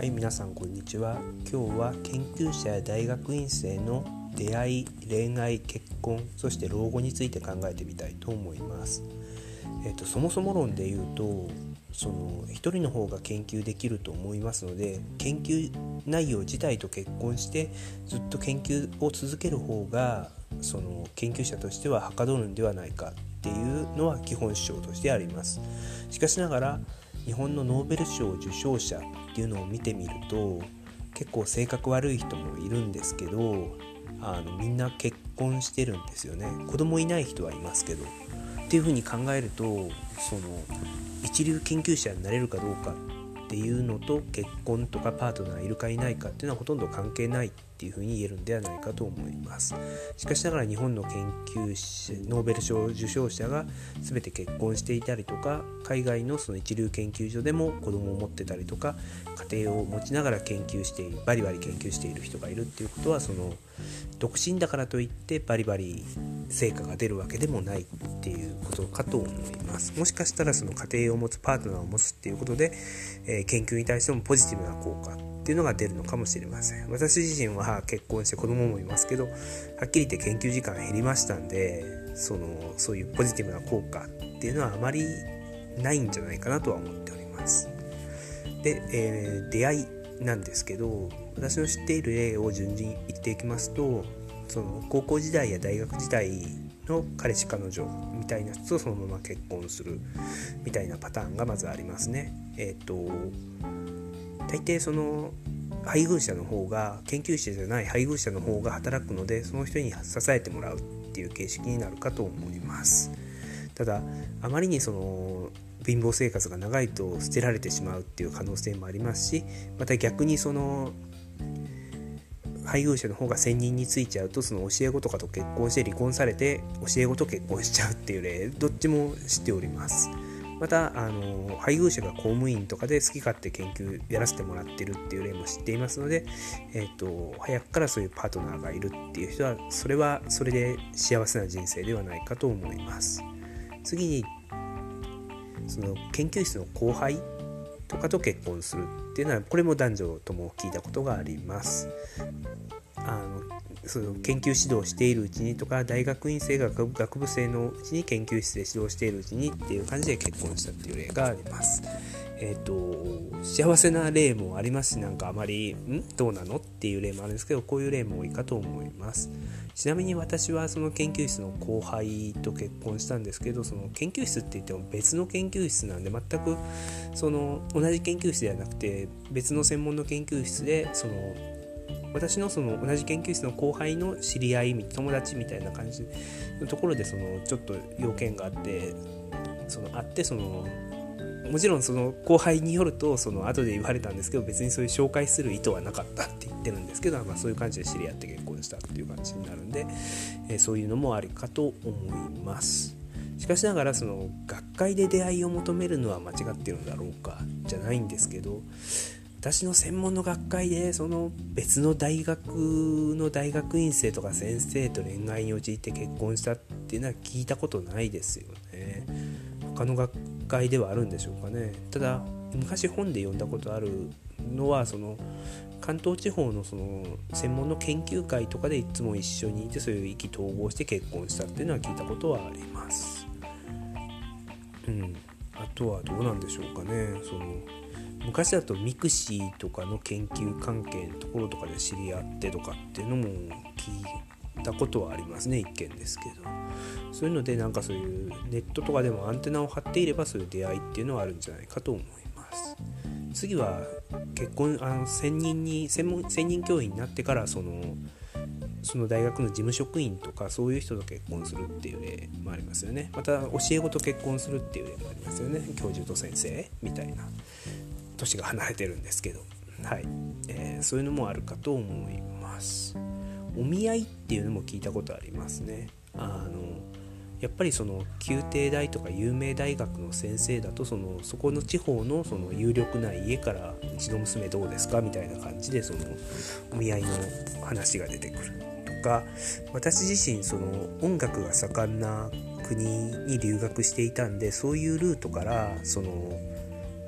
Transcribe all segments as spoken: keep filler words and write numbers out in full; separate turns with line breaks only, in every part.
はい、皆さんこんにちは。今日は研究者や大学院生の出会い、恋愛、結婚、そして老後について考えてみたいと思います。えーと、そもそも論で言うと、その一人の方が研究できると思いますので、研究内容自体と結婚してずっと研究を続ける方がその研究者としてははかどるんではないかっていうのは基本主張としてあります。しかしながら日本のノーベル賞受賞者っていうのを見てみると、結構性格悪い人もいるんですけど、あのみんな結婚してるんですよね。子供いない人はいますけどっていうふうに考えると、その一流研究者になれるかどうかっていうのと結婚とかパートナーいるかいないかっていうのはほとんど関係ないっていうふうに言えるんではないかと思います。しかしながら日本の研究者、ノーベル賞受賞者が全て結婚していたりとか、海外のその一流研究所でも子供を持ってたりとか、家庭を持ちながら研究している、バリバリ研究している人がいるっていうことは、その独身だからといってバリバリ成果が出るわけでもないっていうことかと思います。もしかしたらその家庭を持つ、パートナーを持つっていうことで、えー、研究に対してもポジティブな効果っていうのが出るのかもしれません。私自身は結婚して子供もいますけど、はっきり言って研究時間減りましたんで、そのそういうポジティブな効果っていうのはあまりないんじゃないかなとは思っております。で、えー、出会いなんですけど、私の知っている例を順に言っていきますと、その高校時代や大学時代の彼氏彼女みたいな人とそのまま結婚するみたいなパターンがまずありますね。えっと大抵その配偶者の方が、研究者じゃない配偶者の方が働くので、その人に支えてもらうっていう形式になるかと思います。ただあまりにその貧乏生活が長いと捨てられてしまうっていう可能性もありますし、また逆にその配偶者の方が専任についちゃうと、その教え子とかと結婚して離婚されて教え子と結婚しちゃうっていう例、どっちも知っております。またあの配偶者が公務員とかで好き勝手研究やらせてもらってるっていう例も知っていますので、えーと、早くからそういうパートナーがいるっていう人は、それはそれで幸せな人生ではないかと思います。次にその研究室の後輩とかと結婚するっていうのは、これも男女とも聞いたことがあります。あのその研究指導しているうちにとか、大学院生が学部生のうちに研究室で指導しているうちにっていう感じで結婚したっていう例があります。えーと、幸せな例もありますし、なんかあまりんどうなのっていう例もあるんですけど、こういう例も多いかと思います。ちなみに私はその研究室の後輩と結婚したんですけど、その研究室って言っても別の研究室なんで、全くその同じ研究室ではなくて別の専門の研究室で、その私のその同じ研究室の後輩の知り合い、友達みたいな感じのところで、そのちょっと要件があって、そのあってそのもちろんその後輩によると、その後で言われたんですけど、別にそういう紹介する意図はなかったって言ってるんですけど、まあ、そういう感じで知り合って結婚したっていう感じになるんで、えー、そういうのもありかと思います。しかしながらその学会で出会いを求めるのは間違ってるんだろうかじゃないんですけど、私の専門の学会でその別の大学の大学院生とか先生と恋愛に陥って結婚したっていうのは聞いたことないですよね。他の学会ではあるんでしょうかね。ただ昔本で読んだことあるのは、その関東地方のその専門の研究会とかでいつも一緒にいて、そういう意気投合して結婚したっていうのは聞いたことはあります。うん、あとはどうなんでしょうかね。その昔だとミクシーとかの研究関係のところとかで知り合ってとかっていうのも聞いたことはありますね、一見ですけど。そういうので、なんかそういうネットとかでもアンテナを張っていれば、そういう出会いっていうのはあるんじゃないかと思います。次は結婚、あの専任に専門専任教員になってから、そのその大学の事務職員とかそういう人と結婚するっていう例もありますよね。また教え子と結婚するっていう例もありますよね。教授と先生みたいな、年が離れてるんですけど、はい、えー、そういうのもあるかと思います。お見合いっていうのも聞いたことありますね。あのやっぱりその宮廷大とか有名大学の先生だと、そのそこの地方のその有力な家から、うちの娘どうですかみたいな感じで、そのお見合いの話が出てくるとか、私自身その音楽が盛んな国に留学していたんで、そういうルートからその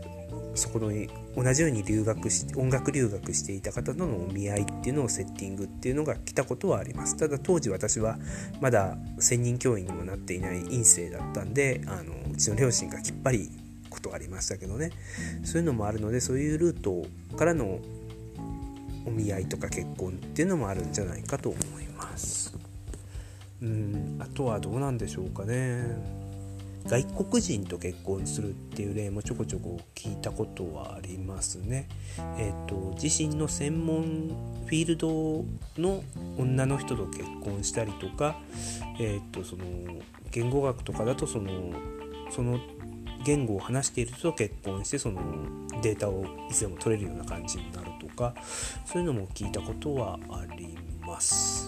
そこの同じように留学し音楽留学していた方とのお見合いっていうのをセッティングっていうのが来たことはあります。ただ当時私はまだ専任教員にもなっていない院生だったんで、あのうちの両親がきっぱり断りましたけどね。そういうのもあるので、そういうルートからのお見合いとか結婚っていうのもあるんじゃないかと思います。うん、あとはどうなんでしょうかね。外国人と結婚するっていう例もちょこちょこ聞いたことはありますね。えーと、自身の専門フィールドの女の人と結婚したりとか、えーと、その言語学とかだとそのその言語を話している人と結婚してそのデータをいつでも取れるような感じになるとか、そういうのも聞いたことはあります。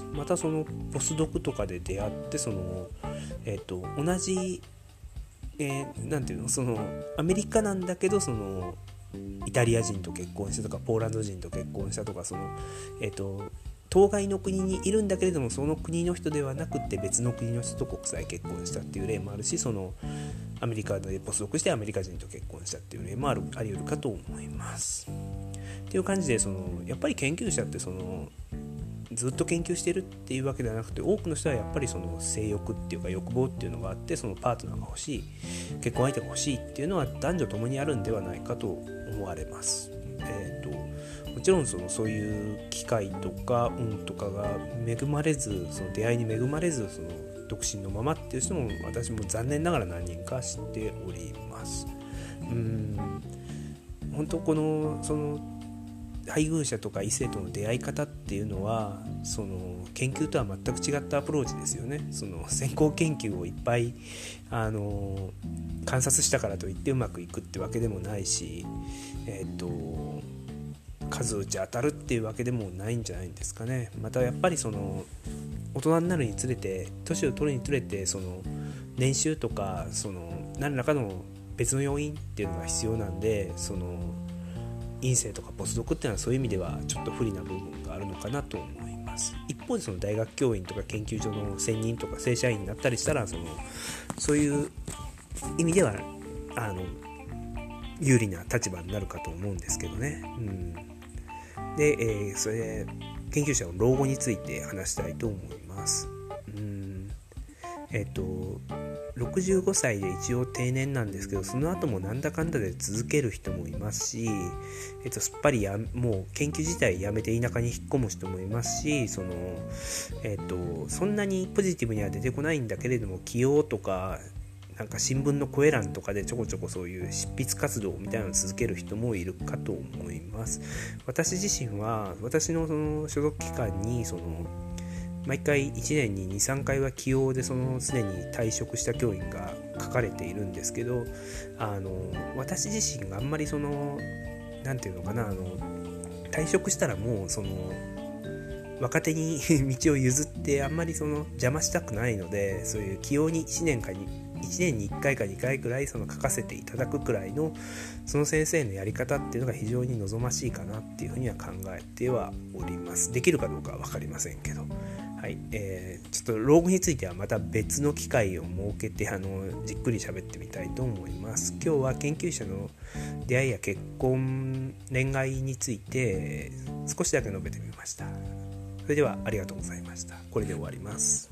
またそのポスドクとかで出会ってその、えーと、同じえー、なんていうのそのアメリカなんだけどそのイタリア人と結婚したとかポーランド人と結婚したとかその、えーと、当該の国にいるんだけれどもその国の人ではなくて別の国の人と国際結婚したっていう例もあるし、そのアメリカでポスドクしてアメリカ人と結婚したっていう例もあるあり得るかと思います。っていう感じでそのやっぱり研究者ってそのずっと研究してるっていうわけではなくて、多くの人はやっぱりその性欲っていうか欲望っていうのがあって、そのパートナーが欲しい、結婚相手が欲しいっていうのは男女ともにあるんではないかと思われます。えーと、もちろんそのそういう機会とか運とかが恵まれず、その出会いに恵まれずその独身のままっていう人も私も残念ながら何人か知っております。うーん本当このその配偶者とか異性との出会い方っていうのはその研究とは全く違ったアプローチですよね。その先行研究をいっぱいあの観察したからといってうまくいくってわけでもないし、えーと、数打ち当たるっていうわけでもないんじゃないんですかね。またやっぱりその大人になるにつれて年を取るにつれてその年収とかその何らかの別の要因っていうのが必要なんで、その院生とかポスドクっていうのはそういう意味ではちょっと不利な部分があるのかなと思います。一方でその大学教員とか研究所の専任とか正社員になったりしたらそのそういう意味ではあの有利な立場になるかと思うんですけどね。うん、で、えー、それで研究者の老後について話したいと思います。うんえっとろくじゅうごさいで一応定年なんですけど、その後もなんだかんだで続ける人もいますし、えっと、すっぱりやもう研究自体やめて田舎に引っ込む人もいますし、その、えっと、そんなにポジティブには出てこないんだけれども起用とかなんか新聞の声欄とかでちょこちょこそういう執筆活動みたいなのを続ける人もいるかと思います。私自身は私のその所属機関にその毎回いちねんに にさんかいは起用でそのすでに退職した教員が書かれているんですけど、あの私自身があんまりそのなんていうのかなあの退職したらもうその若手に道を譲ってあんまりその邪魔したくないので、そういう起用にいちねんかにいちねんにいっかいかにかいくらいその書かせていただくくらいのその先生のやり方っていうのが非常に望ましいかなっていうふうには考えてはおります。できるかどうかは分かりませんけど、はい、えー、ちょっと老後についてはまた別の機会を設けてあのじっくり喋ってみたいと思います。今日は研究者の出会いや結婚恋愛について少しだけ述べてみました。それではありがとうございました。これで終わります。